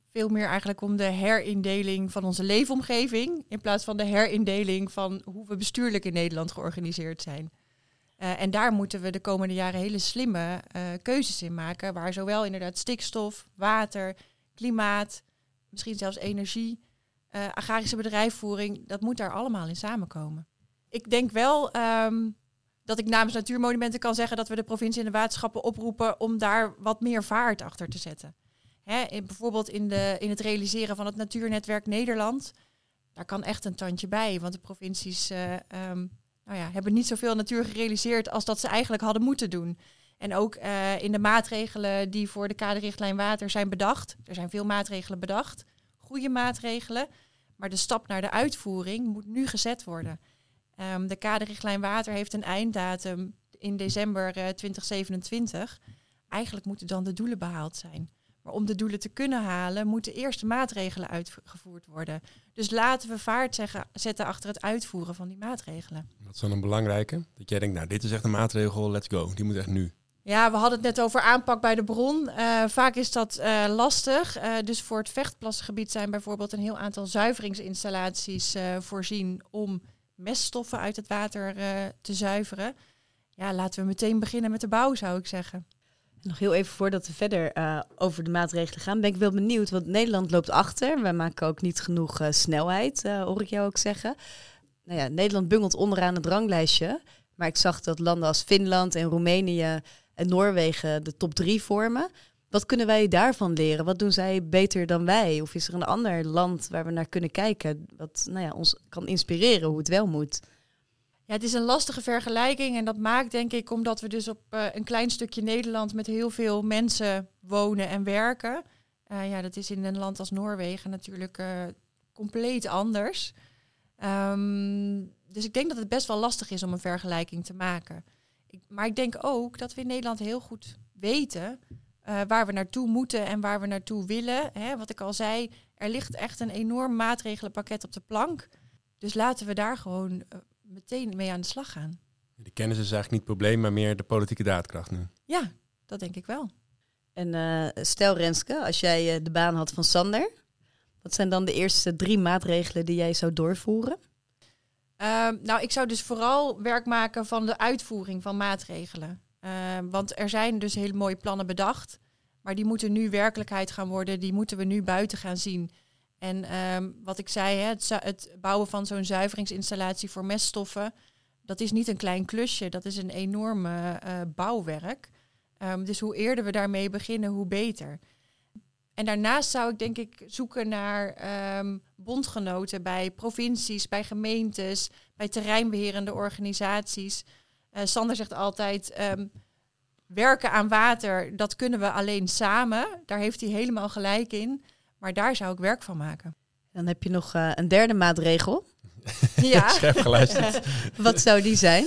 veel meer eigenlijk om de herindeling van onze leefomgeving, in plaats van de herindeling van hoe we bestuurlijk in Nederland georganiseerd zijn. En daar moeten we de komende jaren hele slimme keuzes in maken, waar zowel inderdaad stikstof, water, klimaat, misschien zelfs energie, agrarische bedrijfsvoering, dat moet daar allemaal in samenkomen. Ik denk wel dat ik namens Natuurmonumenten kan zeggen dat we de provincie en de waterschappen oproepen om daar wat meer vaart achter te zetten. Bijvoorbeeld in het realiseren van het Natuurnetwerk Nederland, daar kan echt een tandje bij, want de provincies hebben niet zoveel natuur gerealiseerd als dat ze eigenlijk hadden moeten doen. En ook in de maatregelen die voor de kaderrichtlijn water zijn bedacht. Er zijn veel maatregelen bedacht, goede maatregelen. Maar de stap naar de uitvoering moet nu gezet worden. De kaderrichtlijn water heeft een einddatum in december 2027. Eigenlijk moeten dan de doelen behaald zijn. Maar om de doelen te kunnen halen, moeten eerst de maatregelen uitgevoerd worden. Dus laten we vaart zetten achter het uitvoeren van die maatregelen. Wat is dan een belangrijke? Dat jij denkt, nou, dit is echt een maatregel, let's go. Die moet echt nu. Ja, we hadden het net over aanpak bij de bron. Vaak is dat lastig. Dus voor het Vechtplassengebied zijn bijvoorbeeld een heel aantal zuiveringsinstallaties voorzien om meststoffen uit het water te zuiveren. Ja, laten we meteen beginnen met de bouw, zou ik zeggen. Nog heel even voordat we verder over de maatregelen gaan, ben ik wel benieuwd, want Nederland loopt achter. Wij maken ook niet genoeg snelheid, hoor ik jou ook zeggen. Nou ja, Nederland bungelt onderaan het ranglijstje, maar ik zag dat landen als Finland en Roemenië en Noorwegen de top 3 vormen. Wat kunnen wij daarvan leren? Wat doen zij beter dan wij? Of is er een ander land waar we naar kunnen kijken, wat ons kan inspireren hoe het wel moet? Ja, het is een lastige vergelijking en dat maakt denk ik omdat we dus op een klein stukje Nederland met heel veel mensen wonen en werken. Dat is in een land als Noorwegen natuurlijk compleet anders. Dus ik denk dat het best wel lastig is om een vergelijking te maken. Maar ik denk ook dat we in Nederland heel goed weten waar we naartoe moeten en waar we naartoe willen. Wat ik al zei, er ligt echt een enorm maatregelenpakket op de plank. Dus laten we daar gewoon meteen mee aan de slag gaan. De kennis is eigenlijk niet het probleem, maar meer de politieke daadkracht nu. Ja, dat denk ik wel. En stel Renske, als jij de baan had van Sander, wat zijn dan de eerste 3 maatregelen die jij zou doorvoeren? Ik zou dus vooral werk maken van de uitvoering van maatregelen. Want er zijn dus hele mooie plannen bedacht, maar die moeten nu werkelijkheid gaan worden. Die moeten we nu buiten gaan zien. En wat ik zei, het bouwen van zo'n zuiveringsinstallatie voor meststoffen, dat is niet een klein klusje, dat is een enorme bouwwerk. Dus hoe eerder we daarmee beginnen, hoe beter. En daarnaast zou ik denk ik zoeken naar bondgenoten bij provincies, bij gemeentes, bij terreinbeherende organisaties. Sander zegt altijd, werken aan water, dat kunnen we alleen samen. Daar heeft hij helemaal gelijk in. Maar daar zou ik werk van maken. Dan heb je nog een derde maatregel. Ja. Scherp geluisterd. Wat zou die zijn?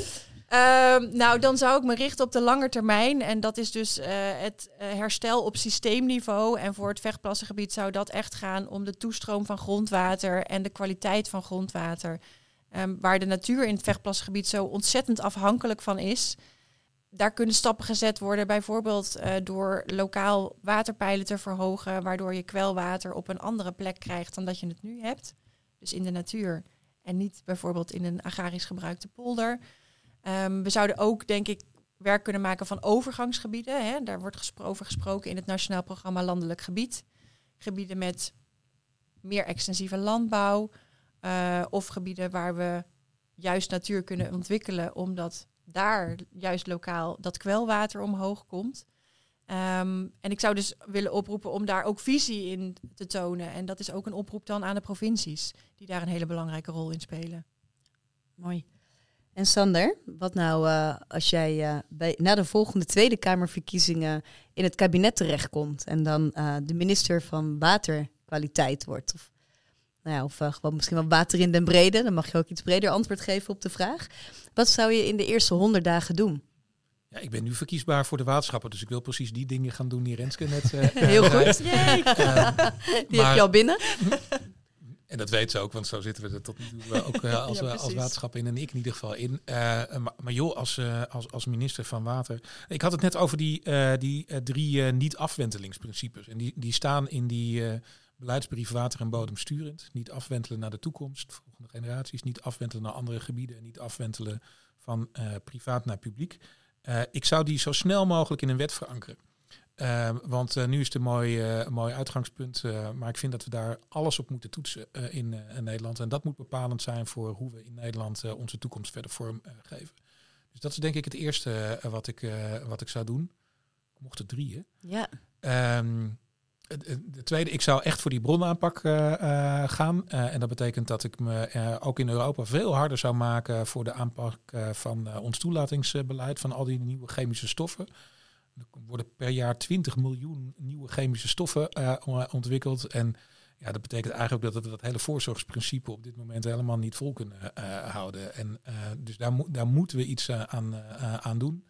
Dan zou ik me richten op de lange termijn. En dat is dus het herstel op systeemniveau. En voor het Vechtplassengebied zou dat echt gaan om de toestroom van grondwater en de kwaliteit van grondwater. Waar de natuur in het Vechtplassengebied zo ontzettend afhankelijk van is. Daar kunnen stappen gezet worden, bijvoorbeeld door lokaal waterpeilen te verhogen, waardoor je kwelwater op een andere plek krijgt dan dat je het nu hebt. Dus in de natuur en niet bijvoorbeeld in een agrarisch gebruikte polder. We zouden ook, denk ik, werk kunnen maken van overgangsgebieden. Daar wordt over gesproken in het Nationaal Programma Landelijk Gebied. Gebieden met meer extensieve landbouw of gebieden waar we juist natuur kunnen ontwikkelen, omdat daar juist lokaal dat kwelwater omhoog komt. En ik zou dus willen oproepen om daar ook visie in te tonen. En dat is ook een oproep dan aan de provincies, die daar een hele belangrijke rol in spelen. Mooi. En Sander, wat nou als jij na de volgende Tweede Kamerverkiezingen in het kabinet terechtkomt en dan de minister van Waterkwaliteit wordt? Of gewoon misschien wel water in den brede. Dan mag je ook iets breder antwoord geven op de vraag. Wat zou je in de eerste 100 dagen doen? Ja, ik ben nu verkiesbaar voor de waterschappen, dus ik wil precies die dingen gaan doen die Renske net heel goed. Die heb je al binnen. En dat weet ze ook, want zo zitten we er tot nu toe ook als waterschappen in en ik in ieder geval in. Maar joh, als minister van Water. Ik had het net over die 3 niet-afwentelingsprincipes. En die staan in die beleidsbrief water en bodem sturend. Niet afwentelen naar de toekomst, volgende generaties. Niet afwentelen naar andere gebieden en niet afwentelen van privaat naar publiek. Ik zou die zo snel mogelijk in een wet verankeren. Want nu is het een mooi uitgangspunt. Maar ik vind dat we daar alles op moeten toetsen in Nederland. En dat moet bepalend zijn voor hoe we in Nederland onze toekomst verder vormgeven. Dus dat is denk ik het eerste wat ik zou doen. Ik mocht er 3, hè? Ja. De tweede, ik zou echt voor die bronaanpak gaan. En dat betekent dat ik me ook in Europa veel harder zou maken voor de aanpak van ons toelatingsbeleid van al die nieuwe chemische stoffen. Er worden per jaar 20 miljoen nieuwe chemische stoffen ontwikkeld. En ja, dat betekent eigenlijk ook dat we dat hele voorzorgsprincipe op dit moment helemaal niet vol kunnen houden. En dus daar moeten we iets aan doen.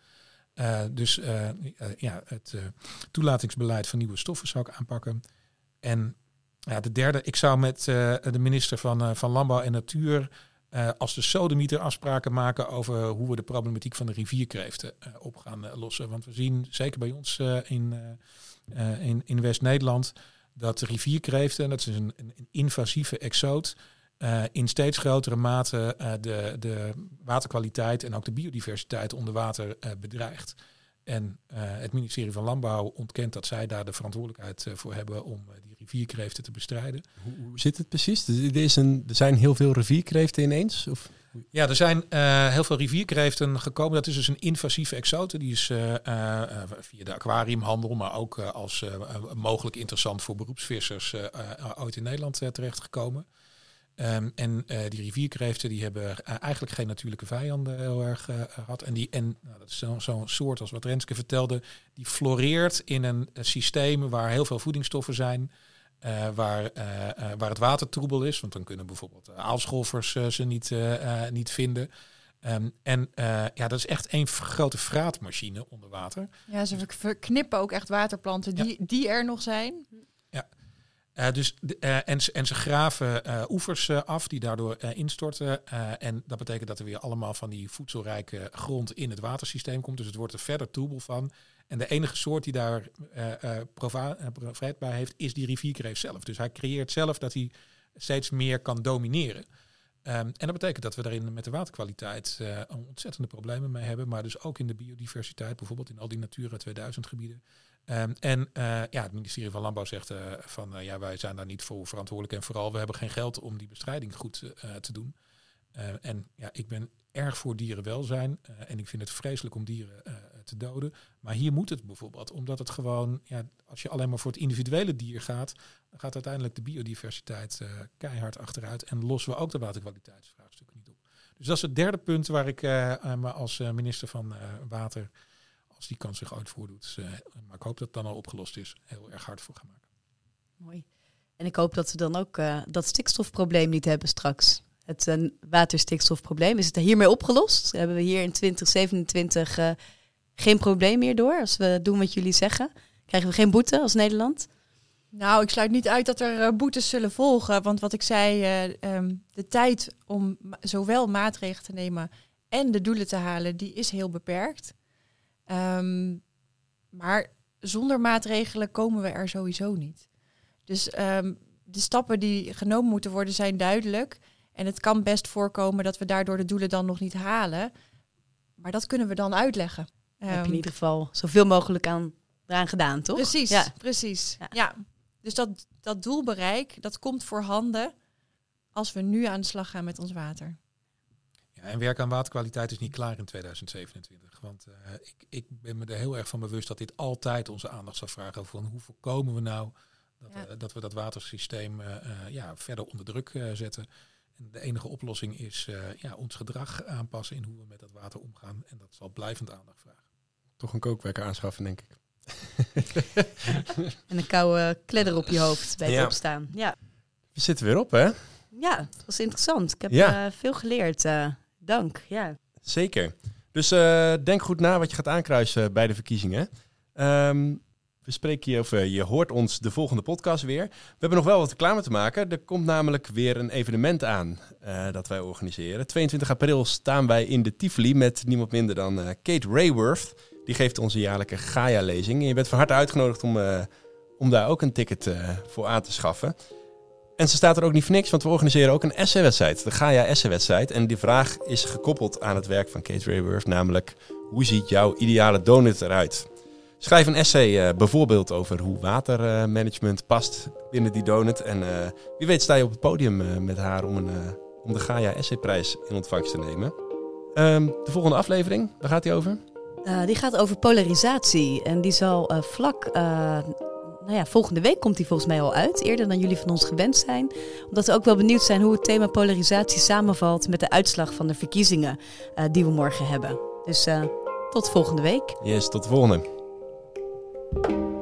Het toelatingsbeleid van nieuwe stoffen zou ik aanpakken. En de derde, ik zou met de minister van Landbouw en Natuur als de sodemieter afspraken maken over hoe we de problematiek van de rivierkreeften op gaan lossen. Want we zien, zeker bij ons in West-Nederland, dat de rivierkreeften, dat is een invasieve exoot, in steeds grotere mate de waterkwaliteit en ook de biodiversiteit onder water bedreigt. En het ministerie van Landbouw ontkent dat zij daar de verantwoordelijkheid voor hebben om die rivierkreeften te bestrijden. Hoe zit het precies? Er zijn heel veel rivierkreeften ineens? Of? Ja, er zijn heel veel rivierkreeften gekomen. Dat is dus een invasieve exote. Die is via de aquariumhandel, maar ook als mogelijk interessant voor beroepsvissers ooit in Nederland terechtgekomen. Die rivierkreeften die hebben eigenlijk geen natuurlijke vijanden heel erg gehad. En dat is zo'n soort als wat Renske vertelde, die floreert in een systeem waar heel veel voedingsstoffen zijn. Waar het water troebel is, want dan kunnen bijvoorbeeld aalscholvers ze niet vinden. Dat is echt één grote vraatmachine onder water. Ja, ze verknippen ook echt waterplanten die er nog zijn. Ja. En ze graven oevers af die daardoor instorten. En dat betekent dat er weer allemaal van die voedselrijke grond in het watersysteem komt. Dus het wordt er verder troebel van. En de enige soort die daar profijt bij heeft, is die rivierkreeft zelf. Dus hij creëert zelf dat hij steeds meer kan domineren. En dat betekent dat we daarin met de waterkwaliteit ontzettende problemen mee hebben. Maar dus ook in de biodiversiteit, bijvoorbeeld in al die Natura 2000 gebieden. Het ministerie van Landbouw zegt wij zijn daar niet voor verantwoordelijk. En vooral, we hebben geen geld om die bestrijding goed te doen. Ik ben erg voor dierenwelzijn. En ik vind het vreselijk om dieren te doden. Maar hier moet het bijvoorbeeld, omdat het gewoon, als je alleen maar voor het individuele dier gaat, dan gaat uiteindelijk de biodiversiteit keihard achteruit. En lossen we ook de waterkwaliteitsvraagstukken niet op. Dus dat is het derde punt waar ik me als minister van Water, als die kans zich ooit voordoet, maar ik hoop dat het dan al opgelost is, heel erg hard voor gaan maken. Mooi. En ik hoop dat we dan ook dat stikstofprobleem niet hebben straks. Het waterstikstofprobleem. Is het hiermee opgelost? Hebben we hier in 2027 geen probleem meer door? Als we doen wat jullie zeggen, krijgen we geen boete als Nederland? Nou, ik sluit niet uit dat er boetes zullen volgen. Want wat ik zei, de tijd om zowel maatregelen te nemen en de doelen te halen, die is heel beperkt. Maar zonder maatregelen komen we er sowieso niet. Dus de stappen die genomen moeten worden zijn duidelijk. En het kan best voorkomen dat we daardoor de doelen dan nog niet halen. Maar dat kunnen we dan uitleggen. Heb je in ieder geval zoveel mogelijk eraan gedaan, toch? Precies. Ja. Dus dat doelbereik, dat komt voorhanden als we nu aan de slag gaan met ons water. Ja, en werk aan waterkwaliteit is niet klaar in 2027. Want ik ben me er heel erg van bewust dat dit altijd onze aandacht zal vragen. Van hoe voorkomen we nou dat we dat watersysteem verder onder druk zetten. En de enige oplossing is ons gedrag aanpassen in hoe we met dat water omgaan. En dat zal blijvend aandacht vragen. Toch een kookwekker aanschaffen, denk ik. En een koude kledder op je hoofd bij het opstaan. Ja. We zitten weer op, hè? Ja, het was interessant. Ik heb veel geleerd. Dank. Ja. Zeker. Dus denk goed na wat je gaat aankruisen bij de verkiezingen. We spreken je, of je hoort ons de volgende podcast weer. We hebben nog wel wat reclame te maken. Er komt namelijk weer een evenement aan dat wij organiseren. 22 april staan wij in de Tivoli met niemand minder dan Kate Raworth. Die geeft onze jaarlijke Gaia-lezing. En je bent van harte uitgenodigd om om daar ook een ticket voor aan te schaffen. En ze staat er ook niet voor niks, want we organiseren ook een essay-wedstrijd. De Gaia Essay-wedstrijd. En die vraag is gekoppeld aan het werk van Kate Raworth, namelijk hoe ziet jouw ideale donut eruit? Schrijf een essay bijvoorbeeld over hoe watermanagement past binnen die donut. En wie weet sta je op het podium met haar om de Gaia Essayprijs in ontvangst te nemen. De volgende aflevering, waar gaat die over? Die gaat over polarisatie. En die zal volgende week komt die volgens mij al uit. Eerder dan jullie van ons gewend zijn. Omdat we ook wel benieuwd zijn hoe het thema polarisatie samenvalt met de uitslag van de verkiezingen die we morgen hebben. Dus tot volgende week. Yes, tot de volgende.